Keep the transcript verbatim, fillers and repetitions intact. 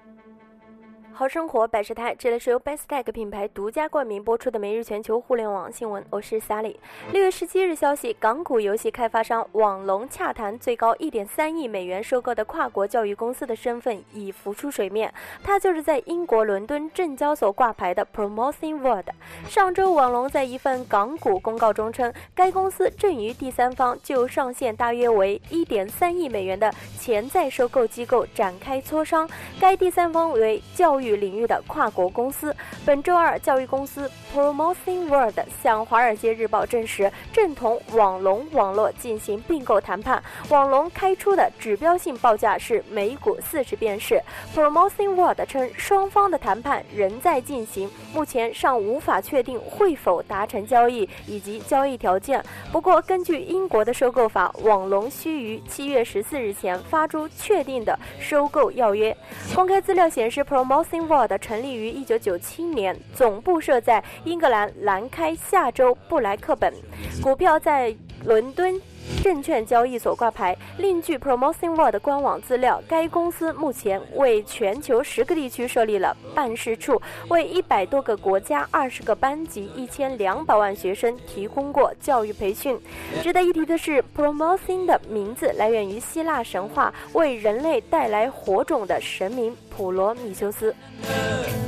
好生活百事台，这里是由 Bestech 品牌独家冠名播出的每日全球互联网新闻，我是 Sally。六月十七日消息，港股游戏开发商网龙洽谈最高一点三亿美元收购的跨国教育公司的身份已浮出水面，它就是在英国伦敦证交所挂牌的 Promoting World。上周，网龙在一份港股公告中称，该公司正与第三方就上限大约为一点三亿美元的潜在收购机构展开磋商，该第三方为教育领域的跨国公司。本周二，教育公司 Promoting World 向《华尔街日报》证实，正同网龙网络进行并购谈判。网龙开出的指标性报价是每股四十便士。Promoting World 称，双方的谈判仍在进行，目前尚无法确定会否达成交易以及交易条件。不过，根据英国的收购法，网龙需于七月十四日前发出确定的收购要约。公开资料显示 ，Promoting World 成立于一九九七年，总部设在英格兰兰开夏州布莱克本，股票在伦敦证券交易所挂牌。另据 Promoting World 官网资料，该公司目前为全球十个地区设立了办事处，为一百多个国家、二十个班级、一千两百万学生提供过教育培训。值得一提的是 ，Promoting 的名字来源于希腊神话为人类带来火种的神明普罗米修斯。